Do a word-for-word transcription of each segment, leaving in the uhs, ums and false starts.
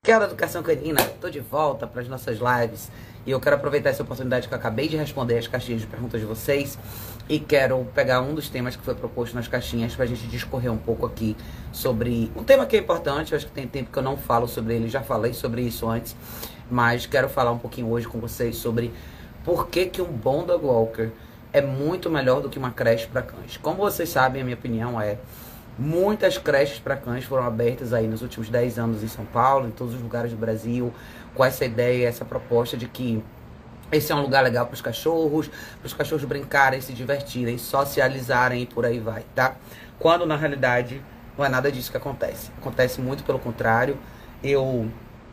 Quero Educação Canina, estou de volta para as nossas lives e eu quero aproveitar essa oportunidade que eu acabei de responder as caixinhas de perguntas de vocês e quero pegar um dos temas que foi proposto nas caixinhas para a gente discorrer um pouco aqui sobre um tema que é importante. Eu acho que tem tempo que eu não falo sobre ele, já falei sobre isso antes, mas quero falar um pouquinho hoje com vocês sobre por que que um bom dog walker é muito melhor do que uma creche para cães. Como vocês sabem, a minha opinião é: muitas creches para cães foram abertas aí nos últimos dez anos em São Paulo, em todos os lugares do Brasil, com essa ideia, essa proposta de que esse é um lugar legal para os cachorros, para os cachorros brincarem, se divertirem, socializarem e por aí vai, tá? Quando na realidade não é nada disso que acontece. Acontece muito pelo contrário. Eu,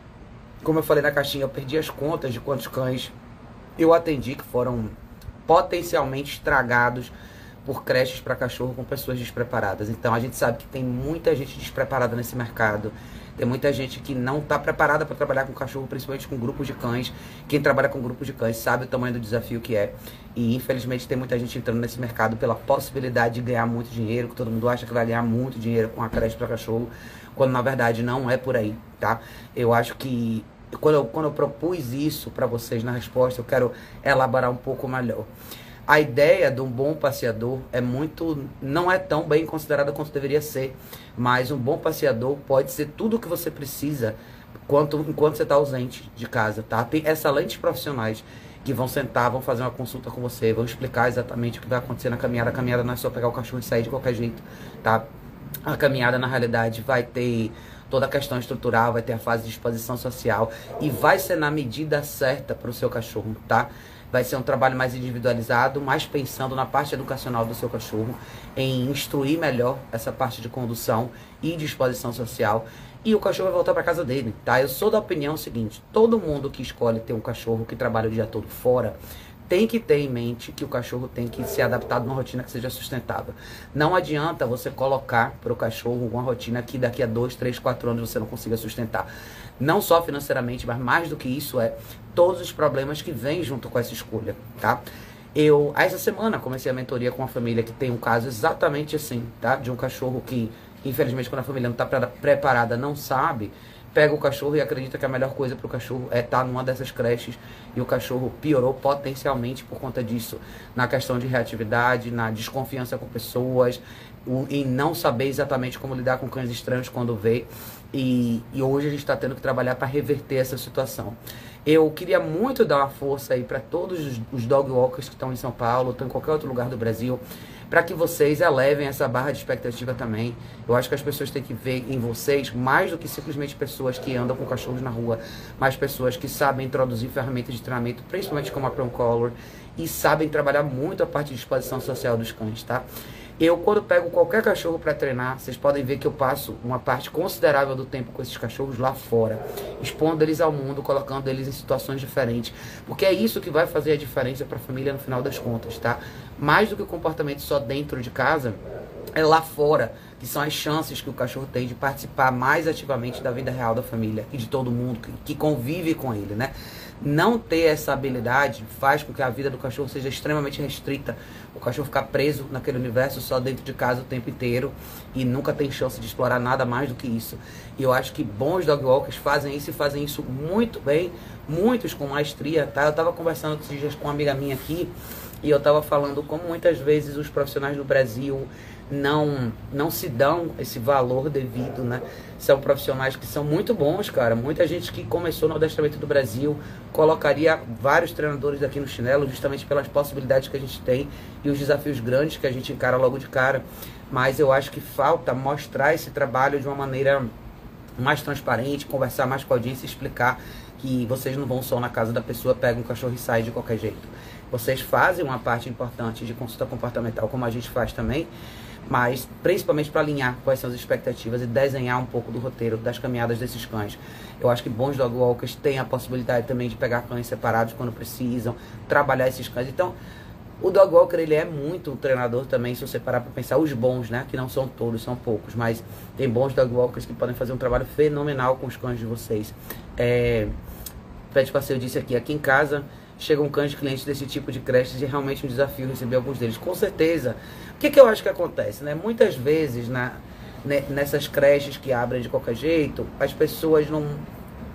como eu falei na caixinha, eu perdi as contas de quantos cães eu atendi que foram potencialmente estragados por creches para cachorro com pessoas despreparadas. Então a gente sabe que tem muita gente despreparada nesse mercado. Tem muita gente que não está preparada para trabalhar com cachorro, principalmente com grupos de cães. Quem trabalha com grupos de cães sabe o tamanho do desafio que é. E infelizmente tem muita gente entrando nesse mercado pela possibilidade de ganhar muito dinheiro, que todo mundo acha que vai ganhar muito dinheiro com a creche para cachorro, quando na verdade não é por aí, tá? Eu acho que quando eu, quando eu propus isso para vocês na resposta, eu quero elaborar um pouco melhor. A ideia de um bom passeador é muito, não é tão bem considerada quanto deveria ser, mas um bom passeador pode ser tudo o que você precisa enquanto, enquanto você está ausente de casa, tá? Tem excelentes profissionais que vão sentar, vão fazer uma consulta com você, vão explicar exatamente o que vai acontecer na caminhada. A caminhada não é só pegar o cachorro e sair de qualquer jeito, tá? A caminhada, na realidade, vai ter toda a questão estrutural, vai ter a fase de exposição social e vai ser na medida certa para o seu cachorro, tá? Vai ser um trabalho mais individualizado, mais pensando na parte educacional do seu cachorro, em instruir melhor essa parte de condução e de exposição social. E o cachorro vai voltar para casa dele, tá? Eu sou da opinião seguinte: todo mundo que escolhe ter um cachorro que trabalha o dia todo fora tem que ter em mente que o cachorro tem que ser adaptado numa rotina que seja sustentável. Não adianta você colocar para o cachorro uma rotina que daqui a dois, três, quatro anos você não consiga sustentar. Não só financeiramente, mas mais do que isso é todos os problemas que vêm junto com essa escolha, tá? Eu, essa semana, comecei a mentoria com uma família que tem um caso exatamente assim, tá? De um cachorro que, infelizmente, quando a família não está preparada, não sabe, pega o cachorro e acredita que a melhor coisa para o cachorro é estar numa dessas creches, e o cachorro piorou potencialmente por conta disso, na questão de reatividade, na desconfiança com pessoas, o, em não saber exatamente como lidar com cães estranhos quando vê, e, e hoje a gente está tendo que trabalhar para reverter essa situação. Eu queria muito dar uma força aí para todos os, os dog walkers que estão em São Paulo, estão em qualquer outro lugar do Brasil, para que vocês elevem essa barra de expectativa também. Eu acho que as pessoas têm que ver em vocês mais do que simplesmente pessoas que andam com cachorros na rua, mas pessoas que sabem introduzir ferramentas de treinamento, principalmente como a Prong Collar, e sabem trabalhar muito a parte de exposição social dos cães, tá? Eu, quando pego qualquer cachorro para treinar, vocês podem ver que eu passo uma parte considerável do tempo com esses cachorros lá fora, expondo eles ao mundo, colocando eles em situações diferentes, porque é isso que vai fazer a diferença para a família no final das contas, tá? Mais do que o comportamento só dentro de casa, é lá fora, que são as chances que o cachorro tem de participar mais ativamente da vida real da família e de todo mundo que, que convive com ele, né? Não ter essa habilidade faz com que a vida do cachorro seja extremamente restrita. O cachorro ficar preso naquele universo só dentro de casa o tempo inteiro e nunca tem chance de explorar nada mais do que isso. E eu acho que bons dog walkers fazem isso e fazem isso muito bem, muitos com maestria, tá? Eu estava conversando esses dias com uma amiga minha aqui e eu estava falando como muitas vezes os profissionais do Brasil não, não se dão esse valor devido, né? São profissionais que são muito bons, cara. Muita gente que começou no adestramento do Brasil colocaria vários treinadores aqui no chinelo, justamente pelas possibilidades que a gente tem e os desafios grandes que a gente encara logo de cara. Mas eu acho que falta mostrar esse trabalho de uma maneira mais transparente, conversar mais com a audiência e explicar que vocês não vão só na casa da pessoa, pegam um cachorro e saem de qualquer jeito. Vocês fazem uma parte importante de consulta comportamental, como a gente faz também, mas principalmente para alinhar quais são as expectativas e desenhar um pouco do roteiro das caminhadas desses cães. Eu acho que bons dog walkers têm a possibilidade também de pegar cães separados quando precisam, trabalhar esses cães. Então, o dog walker, ele é muito um treinador também, se você parar para pensar, os bons, né, que não são todos, são poucos, mas tem bons dog walkers que podem fazer um trabalho fenomenal com os cães de vocês. É, Pet Passeio disse aqui, aqui em casa chegam cães de clientes desse tipo de creches e é realmente um desafio receber alguns deles. Com certeza. O que, que eu acho que acontece, né? Muitas vezes na, né, nessas creches que abrem de qualquer jeito, as pessoas não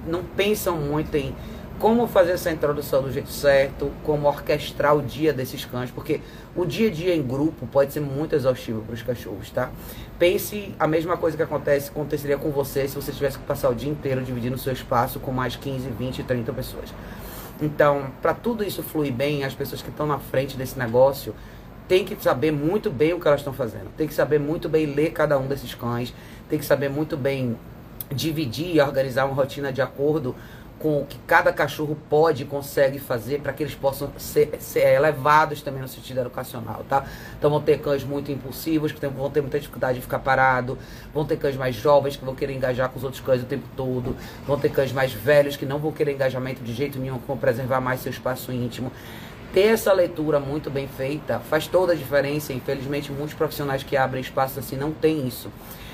não pensam muito em como fazer essa introdução do jeito certo, como orquestrar o dia desses cães, porque o dia a dia em grupo pode ser muito exaustivo para os cachorros, tá? Pense a mesma coisa que acontece, aconteceria com você se você tivesse que passar o dia inteiro dividindo o seu espaço com mais quinze, vinte, trinta pessoas. Então, para tudo isso fluir bem, as pessoas que estão na frente desse negócio tem que saber muito bem o que elas estão fazendo, tem que saber muito bem ler cada um desses cães, tem que saber muito bem dividir e organizar uma rotina de acordo com o que cada cachorro pode e consegue fazer para que eles possam ser, ser elevados também no sentido educacional, tá? Então vão ter cães muito impulsivos, que tem, vão ter muita dificuldade de ficar parado, vão ter cães mais jovens que vão querer engajar com os outros cães o tempo todo, vão ter cães mais velhos que não vão querer engajamento de jeito nenhum, que vão preservar mais seu espaço íntimo. Ter essa leitura muito bem feita faz toda a diferença. Infelizmente, muitos profissionais que abrem espaços assim não tem isso.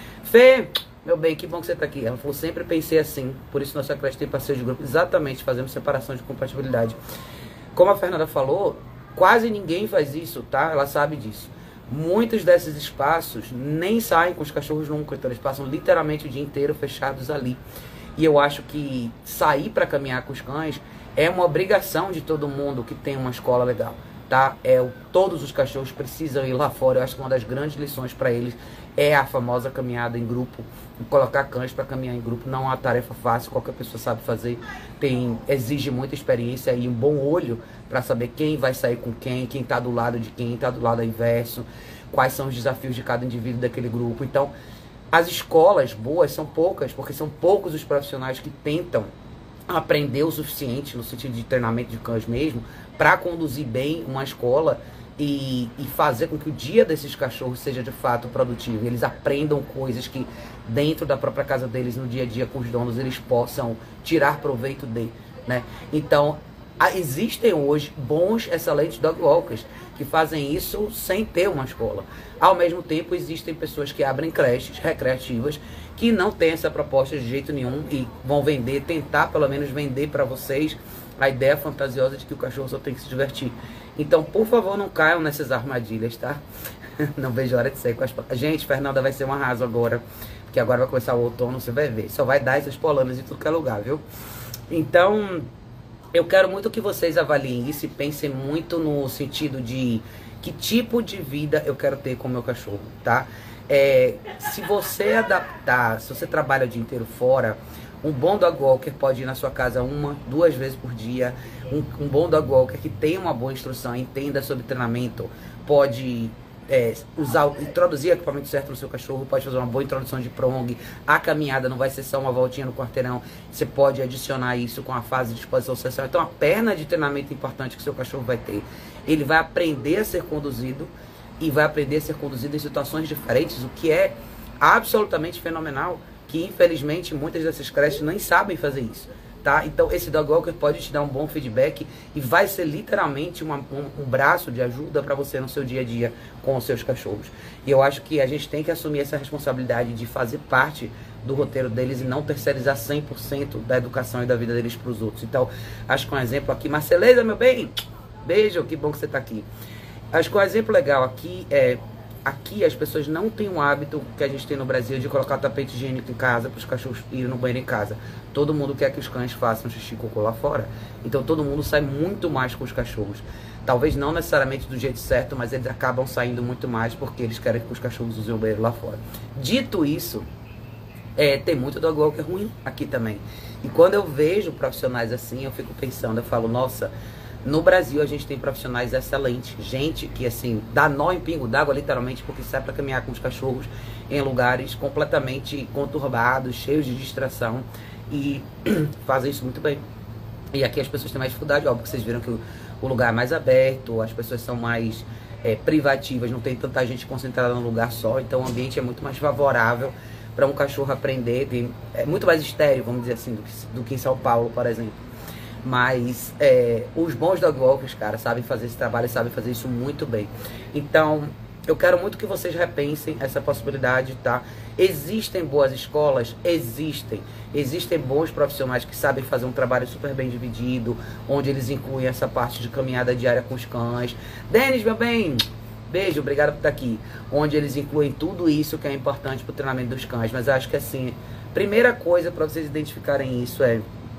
Fê, meu bem, que bom que você está aqui. Ela falou, sempre pensei assim, por isso nossa creche tem parceiro de grupo, exatamente, fazemos separação de compatibilidade. Como a Fernanda falou, quase ninguém faz isso, tá? Ela sabe disso. Muitos desses espaços nem saem com os cachorros nunca, então eles passam literalmente o dia inteiro fechados ali. E eu acho que sair para caminhar com os cães é uma obrigação de todo mundo que tem uma escola legal, tá? É, o, todos os cachorros precisam ir lá fora. Eu acho que uma das grandes lições para eles é a famosa caminhada em grupo. Colocar cães para caminhar em grupo não é uma tarefa fácil, qualquer pessoa sabe fazer. Tem, exige muita experiência e um bom olho para saber quem vai sair com quem, quem está do lado de quem, está do lado inverso, quais são os desafios de cada indivíduo daquele grupo. Então, as escolas boas são poucas, porque são poucos os profissionais que tentam aprender o suficiente, no sentido de treinamento de cães mesmo, para conduzir bem uma escola e, e fazer com que o dia desses cachorros seja de fato produtivo. Eles aprendam coisas que dentro da própria casa deles, no dia a dia com os donos, eles possam tirar proveito de, né? Então, existem hoje bons, excelentes dog walkers que fazem isso sem ter uma escola. Ao mesmo tempo, existem pessoas que abrem creches recreativas que não têm essa proposta de jeito nenhum e vão vender, tentar pelo menos vender para vocês a ideia fantasiosa de que o cachorro só tem que se divertir. Então, por favor, não caiam nessas armadilhas, tá? Não vejo a hora de sair com as... Gente, Fernanda vai ser um arraso agora, porque agora vai começar o outono, você vai ver. Só vai dar essas polanas em tudo que é lugar, viu? Então, eu quero muito que vocês avaliem isso e pensem muito no sentido de que tipo de vida eu quero ter com o meu cachorro, tá? É, se você adaptar, se você trabalha o dia inteiro fora, um bom dog walker pode ir na sua casa uma, duas vezes por dia. Um, um bom dog walker que tenha uma boa instrução, entenda sobre treinamento, pode é, usar, introduzir o equipamento certo no seu cachorro, pode fazer uma boa introdução de prong. A caminhada não vai ser só uma voltinha no quarteirão, você pode adicionar isso com a fase de exposição social. Então a perna de treinamento importante que o seu cachorro vai ter, ele vai aprender a ser conduzido e vai aprender a ser conduzido em situações diferentes, o que é absolutamente fenomenal, que infelizmente muitas dessas creches nem sabem fazer isso, tá? Então esse dog walker pode te dar um bom feedback e vai ser literalmente uma, um, um braço de ajuda para você no seu dia a dia com os seus cachorros. E eu acho que a gente tem que assumir essa responsabilidade de fazer parte do roteiro deles e não terceirizar cem por cento da educação e da vida deles para os outros. Então, acho que um exemplo aqui, Marceleza, meu bem, beijo, que bom que você está aqui. Acho que um exemplo legal aqui é, aqui as pessoas não têm um hábito que a gente tem no Brasil de colocar tapete higiênico em casa para os cachorros irem no banheiro em casa. Todo mundo quer que os cães façam xixi e cocô lá fora. Então todo mundo sai muito mais com os cachorros. Talvez não necessariamente do jeito certo, mas eles acabam saindo muito mais porque eles querem que os cachorros usem o banheiro lá fora. Dito isso, é, tem muito dog walker ruim aqui também. E quando eu vejo profissionais assim, eu fico pensando, eu falo, nossa, no Brasil a gente tem profissionais excelentes, gente que assim, dá nó em pingo d'água literalmente, porque sai para caminhar com os cachorros em lugares completamente conturbados, cheios de distração e fazem isso muito bem. E aqui as pessoas têm mais dificuldade, óbvio que vocês viram que o, o lugar é mais aberto, as pessoas são mais é, privativas, não tem tanta gente concentrada num lugar só, então o ambiente é muito mais favorável para um cachorro aprender, tem, é muito mais estéril, vamos dizer assim, do que, do que em São Paulo, por exemplo. Mas é, os bons dog walkers, cara, sabem fazer esse trabalho e sabem fazer isso muito bem. Então, eu quero muito que vocês repensem essa possibilidade, tá? Existem boas escolas? Existem. Existem bons profissionais que sabem fazer um trabalho super bem dividido, onde eles incluem essa parte de caminhada diária com os cães. Denis, meu bem, beijo, obrigado por estar aqui. Onde eles incluem tudo isso que é importante para o treinamento dos cães. Mas acho que assim, primeira coisa para vocês identificarem isso é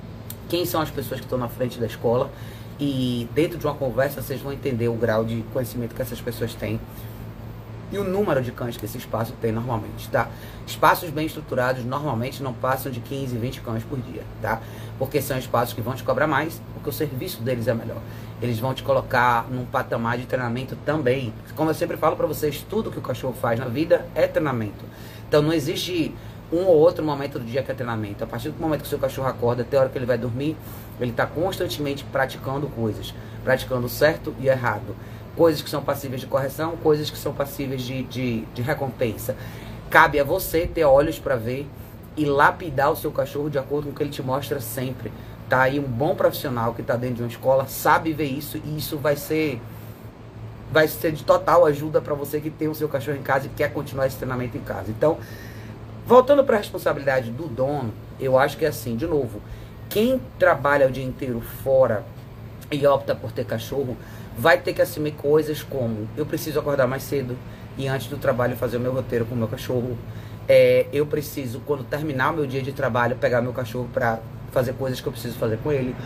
quem são as pessoas que estão na frente da escola, e dentro de uma conversa vocês vão entender o grau de conhecimento que essas pessoas têm e o número de cães que esse espaço tem normalmente, tá? Espaços bem estruturados normalmente não passam de quinze, vinte cães por dia, tá? Porque são espaços que vão te cobrar mais, porque o serviço deles é melhor. Eles vão te colocar num patamar de treinamento também. Como eu sempre falo pra vocês, tudo que o cachorro faz na vida é treinamento. Então não existe um ou outro momento do dia que é treinamento. A partir do momento que o seu cachorro acorda até a hora que ele vai dormir, ele está constantemente praticando coisas, praticando certo e errado, coisas que são passíveis de correção, coisas que são passíveis de, de, de recompensa. Cabe a você ter olhos para ver e lapidar o seu cachorro de acordo com o que ele te mostra sempre, tá? E um bom profissional que está dentro de uma escola sabe ver isso, e isso vai ser vai ser de total ajuda para você que tem o seu cachorro em casa e quer continuar esse treinamento em casa. Então, voltando para a responsabilidade do dono, eu acho que é assim, de novo, quem trabalha o dia inteiro fora e opta por ter cachorro, vai ter que assumir coisas como: eu preciso acordar mais cedo e antes do trabalho fazer o meu roteiro com o meu cachorro. É, eu preciso, quando terminar o meu dia de trabalho, pegar meu cachorro para fazer coisas que eu preciso fazer com ele.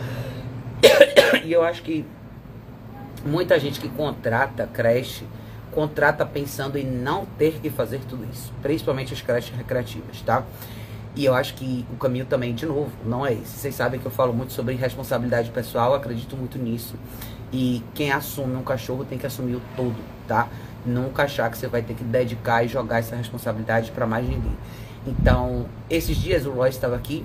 E eu acho que muita gente que contrata creche, contrata pensando em não ter que fazer tudo isso, principalmente as creches recreativas, tá? E eu acho que o caminho também, de novo, não é esse. Vocês sabem que eu falo muito sobre responsabilidade pessoal, acredito muito nisso. E quem assume um cachorro tem que assumir o todo, tá? Nunca achar que você vai ter que dedicar e jogar essa responsabilidade para mais ninguém. Então, esses dias o Roy estava aqui,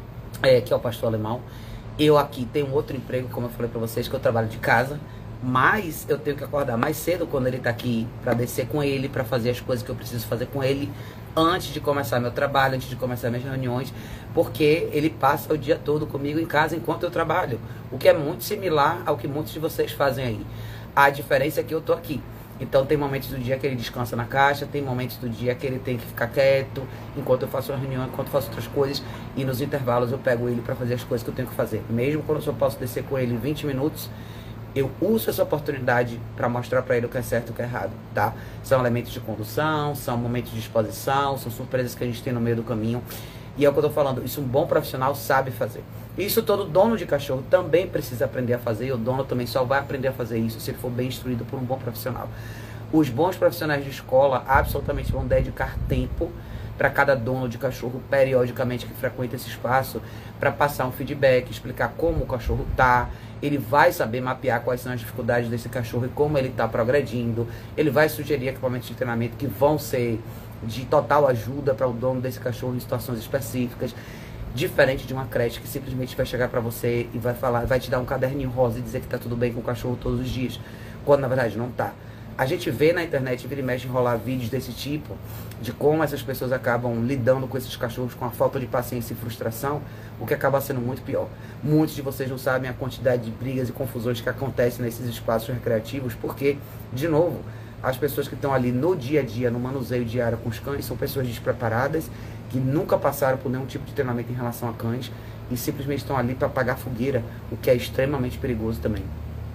é, que é o pastor alemão. Eu aqui tenho outro emprego, como eu falei para vocês, que eu trabalho de casa. Mas eu tenho que acordar mais cedo quando ele tá aqui, para descer com ele, para fazer as coisas que eu preciso fazer com ele antes de começar meu trabalho, antes de começar minhas reuniões, porque ele passa o dia todo comigo em casa enquanto eu trabalho, o que é muito similar ao que muitos de vocês fazem aí. A diferença é que eu tô aqui. Então tem momentos do dia que ele descansa na caixa, tem momentos do dia que ele tem que ficar quieto enquanto eu faço uma reunião, enquanto eu faço outras coisas, e nos intervalos eu pego ele para fazer as coisas que eu tenho que fazer. Mesmo quando eu só posso descer com ele vinte minutos, eu uso essa oportunidade para mostrar para ele o que é certo e o que é errado, tá? São elementos de condução, são momentos de exposição, são surpresas que a gente tem no meio do caminho. E é o que eu tô falando, isso um bom profissional sabe fazer. Isso todo dono de cachorro também precisa aprender a fazer, e o dono também só vai aprender a fazer isso se ele for bem instruído por um bom profissional. Os bons profissionais de escola absolutamente vão dedicar tempo para cada dono de cachorro, periodicamente, que frequenta esse espaço, para passar um feedback, explicar como o cachorro tá. Ele vai saber mapear quais são as dificuldades desse cachorro e como ele está progredindo. Ele vai sugerir equipamentos de treinamento que vão ser de total ajuda para o dono desse cachorro em situações específicas. Diferente de uma creche que simplesmente vai chegar para você e vai falar, vai te dar um caderninho rosa e dizer que tá tudo bem com o cachorro todos os dias, quando na verdade não tá. A gente vê na internet, vira e mexe, rolar vídeos desse tipo, de como essas pessoas acabam lidando com esses cachorros com a falta de paciência e frustração, o que acaba sendo muito pior. Muitos de vocês não sabem a quantidade de brigas e confusões que acontecem nesses espaços recreativos, porque, de novo, as pessoas que estão ali no dia a dia, no manuseio diário com os cães, são pessoas despreparadas, que nunca passaram por nenhum tipo de treinamento em relação a cães, e simplesmente estão ali para apagar fogueira, o que é extremamente perigoso também.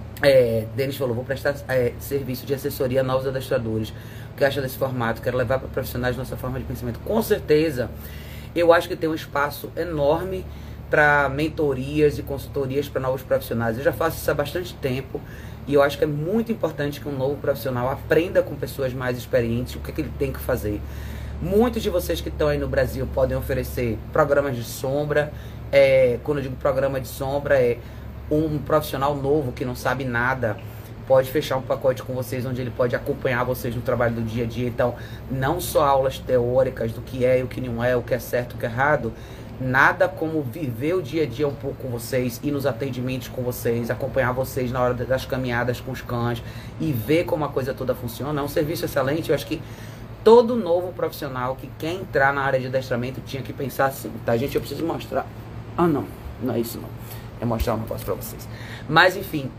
É, Denis falou, vou prestar é, serviço de assessoria a novos adestradores. O que acha desse formato? Quero levar para profissionais nossa forma de pensamento. Com certeza, eu acho que tem um espaço enorme para mentorias e consultorias para novos profissionais. Eu já faço isso há bastante tempo e eu acho que é muito importante que um novo profissional aprenda com pessoas mais experientes o que, é que ele tem que fazer. Muitos de vocês que estão aí no Brasil podem oferecer programas de sombra. É, quando eu digo programa de sombra, é um profissional novo que não sabe nada pode fechar um pacote com vocês onde ele pode acompanhar vocês no trabalho do dia a dia. Então, não só aulas teóricas do que é e o que não é, o que é certo e o que é errado, nada como viver o dia a dia um pouco com vocês, ir nos atendimentos com vocês, acompanhar vocês na hora das caminhadas com os cães e ver como a coisa toda funciona. É um serviço excelente. Eu acho que todo novo profissional que quer entrar na área de adestramento tinha que pensar assim, tá, gente? Eu preciso mostrar. Ah, não, não é isso não. É mostrar um negócio pra vocês. Mas, enfim,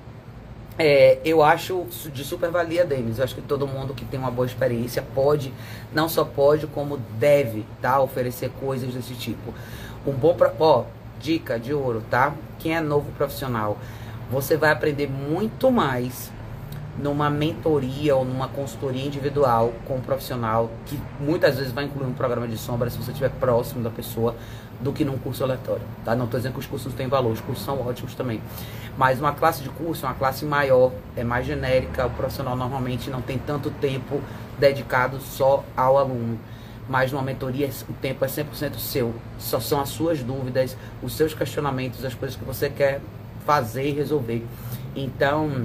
é, eu acho de super valia, Denis. Eu acho que todo mundo que tem uma boa experiência pode, não só pode, como deve, tá? Oferecer coisas desse tipo. Um bom... Pra, ó, dica de ouro, tá? Quem é novo profissional, você vai aprender muito mais numa mentoria ou numa consultoria individual com um profissional que muitas vezes vai incluir um programa de sombra se você estiver próximo da pessoa, do que num curso aleatório, tá? Não estou dizendo que os cursos não têm valor, os cursos são ótimos também. Mas uma classe de curso é uma classe maior, é mais genérica, o profissional normalmente não tem tanto tempo dedicado só ao aluno. Mas numa mentoria o tempo é cem por cento seu, só são as suas dúvidas, os seus questionamentos, as coisas que você quer fazer e resolver. Então,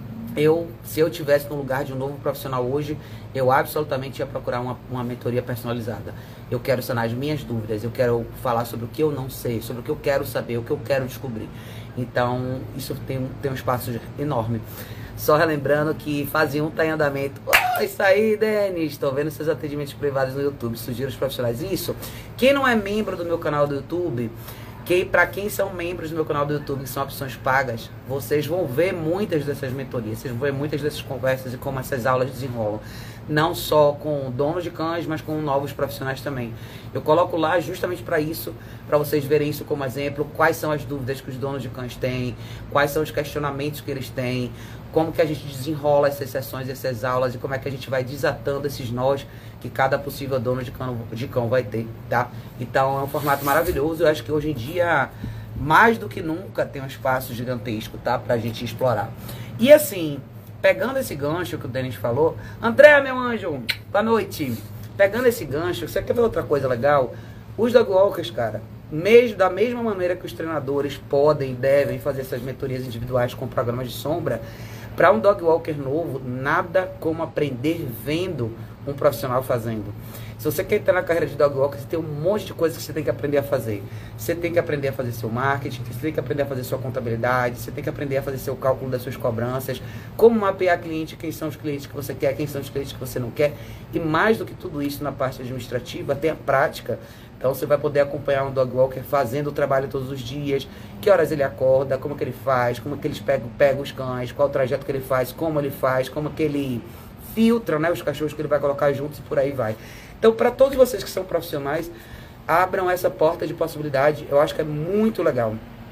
eu, se eu tivesse no lugar de um novo profissional hoje, eu absolutamente ia procurar uma, uma mentoria personalizada. Eu quero sanar as minhas dúvidas, eu quero falar sobre o que eu não sei, sobre o que eu quero saber, o que eu quero descobrir. Então, isso tem, tem um espaço enorme. Só relembrando que fase um está em andamento. Oh, isso aí, Denis. Estou vendo seus atendimentos privados no YouTube. Sugiro os profissionais. Isso. Quem não é membro do meu canal do YouTube, que para quem são membros do meu canal do YouTube, que são opções pagas, vocês vão ver muitas dessas mentorias, vocês vão ver muitas dessas conversas e como essas aulas desenrolam. Não só com donos de cães, mas com novos profissionais também. Eu coloco lá justamente para isso, para vocês verem isso como exemplo, quais são as dúvidas que os donos de cães têm, quais são os questionamentos que eles têm, como que a gente desenrola essas sessões, essas aulas e como é que a gente vai desatando esses nós que cada possível dono de cão, de cão vai ter, tá? Então é um formato maravilhoso, eu acho que hoje em dia, mais do que nunca, tem um espaço gigantesco, tá? Pra gente explorar. E assim, pegando esse gancho que o Denis falou, André, meu anjo, boa noite. Pegando esse gancho, você quer ver outra coisa legal? Os dog walkers, cara, mesmo, da mesma maneira que os treinadores podem e devem fazer essas mentorias individuais com programas de sombra, para um dog walker novo, nada como aprender vendo um profissional fazendo. Se você quer entrar na carreira de dog walker, você tem um monte de coisas que você tem que aprender a fazer. Você tem que aprender a fazer seu marketing, você tem que aprender a fazer sua contabilidade, você tem que aprender a fazer seu cálculo das suas cobranças, como mapear cliente, quem são os clientes que você quer, quem são os clientes que você não quer. E mais do que tudo isso na parte administrativa, tem a prática. Então você vai poder acompanhar um dog walker fazendo o trabalho todos os dias, que horas ele acorda, como que ele faz, como que eles pegam, pegam os cães, qual o trajeto que ele faz, como ele faz, como que ele filtra, né, os cachorros que ele vai colocar juntos e por aí vai. Então, para todos vocês que são profissionais, abram essa porta de possibilidade. Eu acho que é muito legal.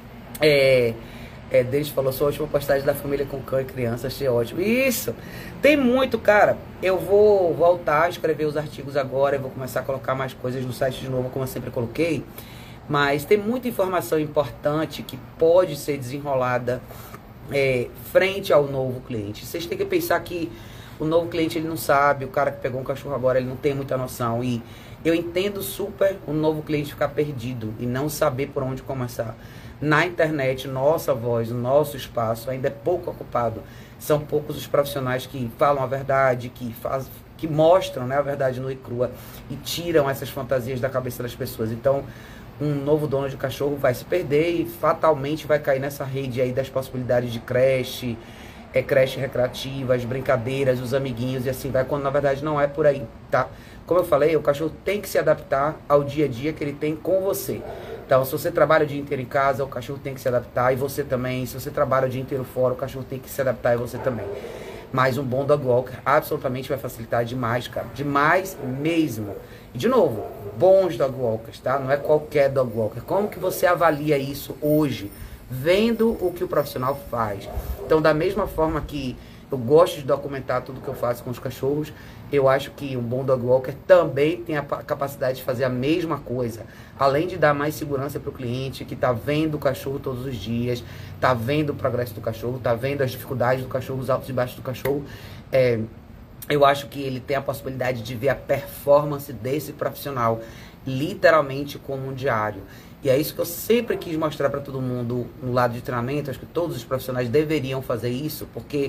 É, é, Denis falou, sua última postagem da família com cão e criança, achei ótimo. Isso! Tem muito, cara. Eu vou voltar a escrever os artigos agora, eu vou começar a colocar mais coisas no site de novo, como eu sempre coloquei. Mas tem muita informação importante que pode ser desenrolada é, frente ao novo cliente. Vocês têm que pensar que o novo cliente, ele não sabe, o cara que pegou um cachorro agora, ele não tem muita noção. E eu entendo super o novo cliente ficar perdido e não saber por onde começar. Na internet, nossa voz, o nosso espaço ainda é pouco ocupado. São poucos os profissionais que falam a verdade, que, faz, que mostram, né, a verdade nua e crua e tiram essas fantasias da cabeça das pessoas. Então, um novo dono de cachorro vai se perder e fatalmente vai cair nessa rede aí das possibilidades de creche, é creche recreativa, as brincadeiras, os amiguinhos e assim vai, quando na verdade não é por aí, tá? Como eu falei, o cachorro tem que se adaptar ao dia a dia que ele tem com você. Então, se você trabalha o dia inteiro em casa, o cachorro tem que se adaptar e você também. Se você trabalha o dia inteiro fora, o cachorro tem que se adaptar e você também. Mas um bom dog walker absolutamente vai facilitar demais, cara. Demais mesmo. E de novo, bons dog walkers, tá? Não é qualquer dog walker. Como que você avalia isso hoje? Vendo o que o profissional faz. Então, da mesma forma que eu gosto de documentar tudo que eu faço com os cachorros, eu acho que um bom dog walker também tem a capacidade de fazer a mesma coisa. Além de dar mais segurança para o cliente, que está vendo o cachorro todos os dias, está vendo o progresso do cachorro, está vendo as dificuldades do cachorro, os altos e baixos do cachorro. É, eu acho que ele tem a possibilidade de ver a performance desse profissional, literalmente como um diário. E é isso que eu sempre quis mostrar para todo mundo no lado de treinamento. Acho que todos os profissionais deveriam fazer isso, porque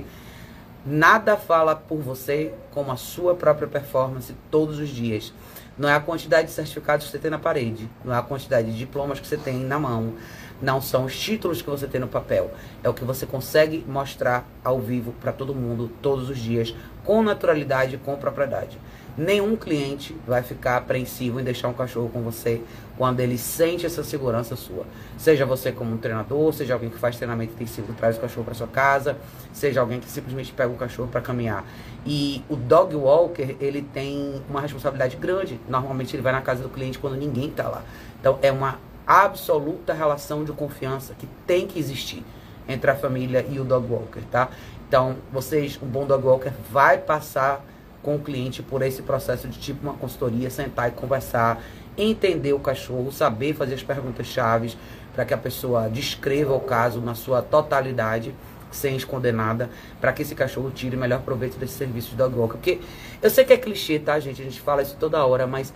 nada fala por você como a sua própria performance todos os dias. Não é a quantidade de certificados que você tem na parede, não é a quantidade de diplomas que você tem na mão, não são os títulos que você tem no papel. É o que você consegue mostrar ao vivo para todo mundo todos os dias, com naturalidade e com propriedade. Nenhum cliente vai ficar apreensivo em deixar um cachorro com você quando ele sente essa segurança sua. Seja você como um treinador, seja alguém que faz treinamento intensivo e traz o cachorro para sua casa, seja alguém que simplesmente pega o cachorro para caminhar. E o dog walker, ele tem uma responsabilidade grande. Normalmente ele vai na casa do cliente quando ninguém está lá. Então é uma absoluta relação de confiança que tem que existir entre a família e o dog walker, tá? Então, vocês, um bom dog walker vai passar com o cliente por esse processo de tipo uma consultoria, sentar e conversar entender o cachorro, saber fazer as perguntas chaves para que a pessoa descreva o caso na sua totalidade, sem esconder nada, para que esse cachorro tire o melhor proveito desse serviço de dog walker. Porque eu sei que é clichê, tá, gente? A gente fala isso toda hora, mas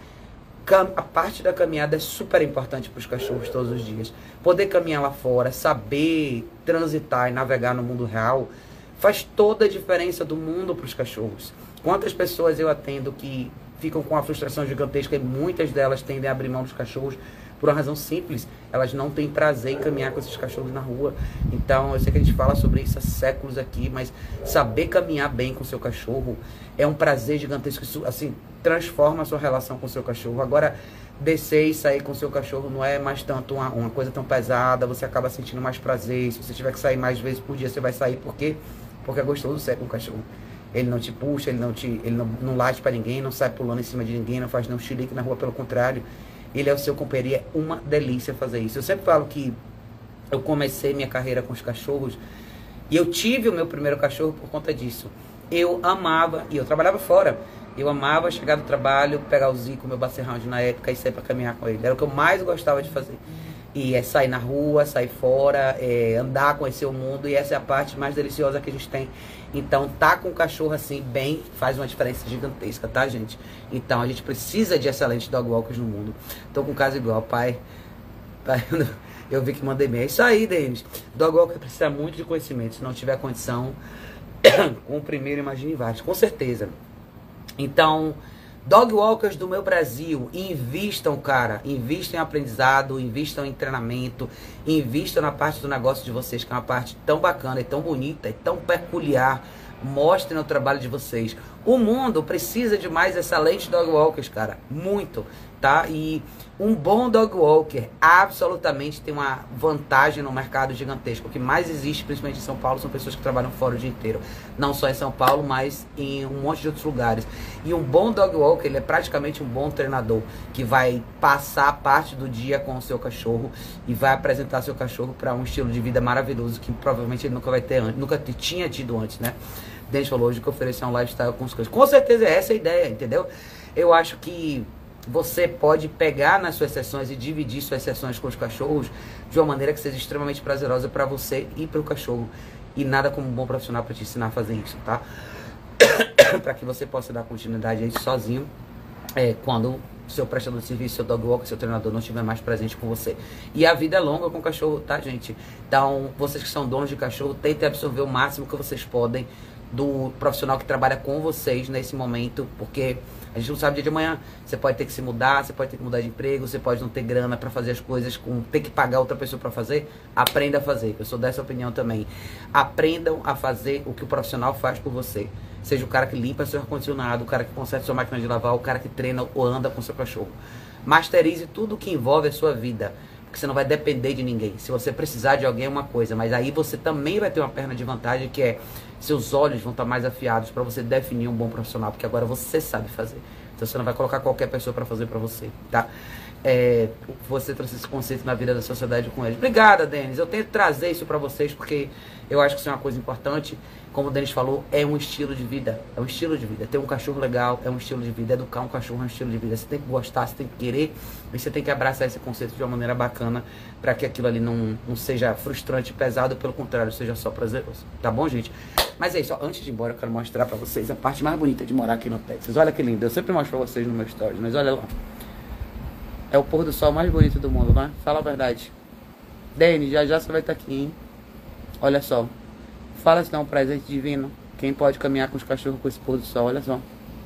a parte da caminhada é super importante para os cachorros todos os dias. Poder caminhar lá fora, saber transitar e navegar no mundo real, faz toda a diferença do mundo para os cachorros. Quantas pessoas eu atendo que ficam com uma frustração gigantesca e muitas delas tendem a abrir mão dos cachorros por uma razão simples: elas não têm prazer em caminhar com esses cachorros na rua. Então, eu sei que a gente fala sobre isso há séculos aqui, mas saber caminhar bem com o seu cachorro é um prazer gigantesco. Isso, assim, transforma a sua relação com o seu cachorro. Agora, descer e sair com o seu cachorro não é mais tanto uma, uma coisa tão pesada, você acaba sentindo mais prazer. Se você tiver que sair mais vezes por dia, você vai sair. Por quê? Porque é gostoso sair com o cachorro. Ele não te puxa, ele não, te, ele não, não late pra ninguém, não sai pulando em cima de ninguém, não faz nenhum chilique na rua, pelo contrário. Ele é o seu companheiro e é uma delícia fazer isso. Eu sempre falo que eu comecei minha carreira com os cachorros e eu tive o meu primeiro cachorro por conta disso. Eu amava, e eu trabalhava fora, eu amava chegar do trabalho, pegar o Zico, meu Basset Hound na época, e sair pra caminhar com ele. Era o que eu mais gostava de fazer. E é sair na rua, sair fora, é andar, conhecer o mundo, e essa é a parte mais deliciosa que a gente tem. Então, tá com o cachorro assim, bem, faz uma diferença gigantesca, tá, gente? Então, a gente precisa de excelentes dog walkers no mundo. Tô com um caso igual, pai. pai eu vi que mandei bem. É isso aí, Denis. Dog walker precisa muito de conhecimento. Se não tiver condição, com o primeiro, imagine vários. Com certeza. Então, dog walkers do meu Brasil, invistam, cara, invistam em aprendizado, invistam em treinamento, invistam na parte do negócio de vocês, que é uma parte tão bacana, e tão bonita, e tão peculiar. Mostrem o trabalho de vocês. O mundo precisa de mais excelentes dog walkers, cara, muito, tá? E um bom dog walker absolutamente tem uma vantagem no mercado gigantesco. O que mais existe, principalmente em São Paulo, são pessoas que trabalham fora o dia inteiro. Não só em São Paulo, mas em um monte de outros lugares. E um bom dog walker, ele é praticamente um bom treinador, que vai passar parte do dia com o seu cachorro e vai apresentar seu cachorro para um estilo de vida maravilhoso que provavelmente ele nunca vai ter antes, nunca tinha tido antes, né? Denis falou hoje que oferecer um lifestyle com os cães. Com certeza é essa a ideia, entendeu? Eu acho que você pode pegar nas suas sessões e dividir suas sessões com os cachorros de uma maneira que seja extremamente prazerosa para você e para o cachorro. E nada como um bom profissional para te ensinar a fazer isso, tá? Para que você possa dar continuidade a isso sozinho, é, quando seu prestador de serviço, seu dog walker, seu treinador não estiver mais presente com você. E a vida é longa com o cachorro, tá, gente? Então, vocês que são donos de cachorro, tentem absorver o máximo que vocês podem do profissional que trabalha com vocês nesse momento, porque a gente não sabe o dia de amanhã. Você pode ter que se mudar, você pode ter que mudar de emprego, você pode não ter grana para fazer as coisas, com ter que pagar outra pessoa para fazer. Aprenda a fazer. Eu sou dessa opinião também. Aprendam a fazer o que o profissional faz por você. Seja o cara que limpa seu ar-condicionado, o cara que conserta sua máquina de lavar, o cara que treina ou anda com seu cachorro. Masterize tudo que envolve a sua vida, porque você não vai depender de ninguém. Se você precisar de alguém é uma coisa, mas aí você também vai ter uma perna de vantagem, que é seus olhos vão estar mais afiados para você definir um bom profissional, porque agora você sabe fazer. Então você não vai colocar qualquer pessoa para fazer para você, tá? É, você trouxe esse conceito na vida da sociedade com eles. Obrigada, Denis. Eu tento trazer isso para vocês porque eu acho que isso é uma coisa importante. Como o Denis falou, é um estilo de vida. É um estilo de vida. Ter um cachorro legal é um estilo de vida. Educar um cachorro é um estilo de vida. Você tem que gostar, você tem que querer, e você tem que abraçar esse conceito de uma maneira bacana para que aquilo ali não, não seja frustrante e pesado, pelo contrário, seja só prazeroso. Tá bom, gente? Mas é isso. Ó, antes de ir embora, eu quero mostrar para vocês a parte mais bonita de morar aqui no Texas. Olha que lindo. Eu sempre mostro para vocês no meu stories, mas olha lá. É o pôr do sol mais bonito do mundo, né? Fala a verdade. Denis, já já você vai estar aqui, hein? Olha só. Fala se não é um presente divino. Quem pode caminhar com os cachorros com esse pôr do sol? Olha só.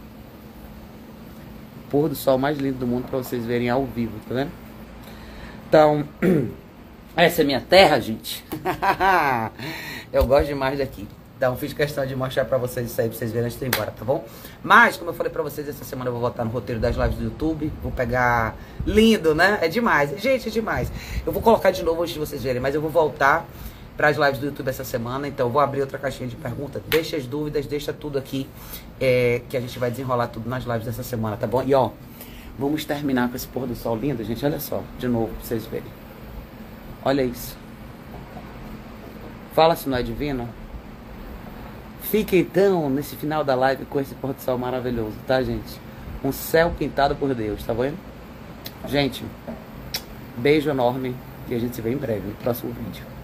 Pôr do sol mais lindo do mundo pra vocês verem ao vivo, tá vendo? Então, essa é minha terra, gente. Eu gosto demais daqui. Então, fiz questão de mostrar pra vocês isso aí, pra vocês verem antes de ir embora, tá bom? Mas, como eu falei pra vocês, essa semana eu vou voltar no roteiro das lives do YouTube. Vou pegar... Lindo, né? É demais. Gente, é demais. Eu vou colocar de novo antes de vocês verem, mas eu vou voltar para as lives do YouTube essa semana. Então, eu vou abrir outra caixinha de perguntas. Deixa as dúvidas, deixa tudo aqui, é, que a gente vai desenrolar tudo nas lives dessa semana, tá bom? E, ó, vamos terminar com esse pôr do sol lindo, gente. Olha só, de novo, pra vocês verem. Olha isso. Fala se não é divino. Fica então nesse final da live com esse pôr do sol maravilhoso, tá, gente? Um céu pintado por Deus, tá vendo? Gente, beijo enorme e a gente se vê em breve no próximo vídeo.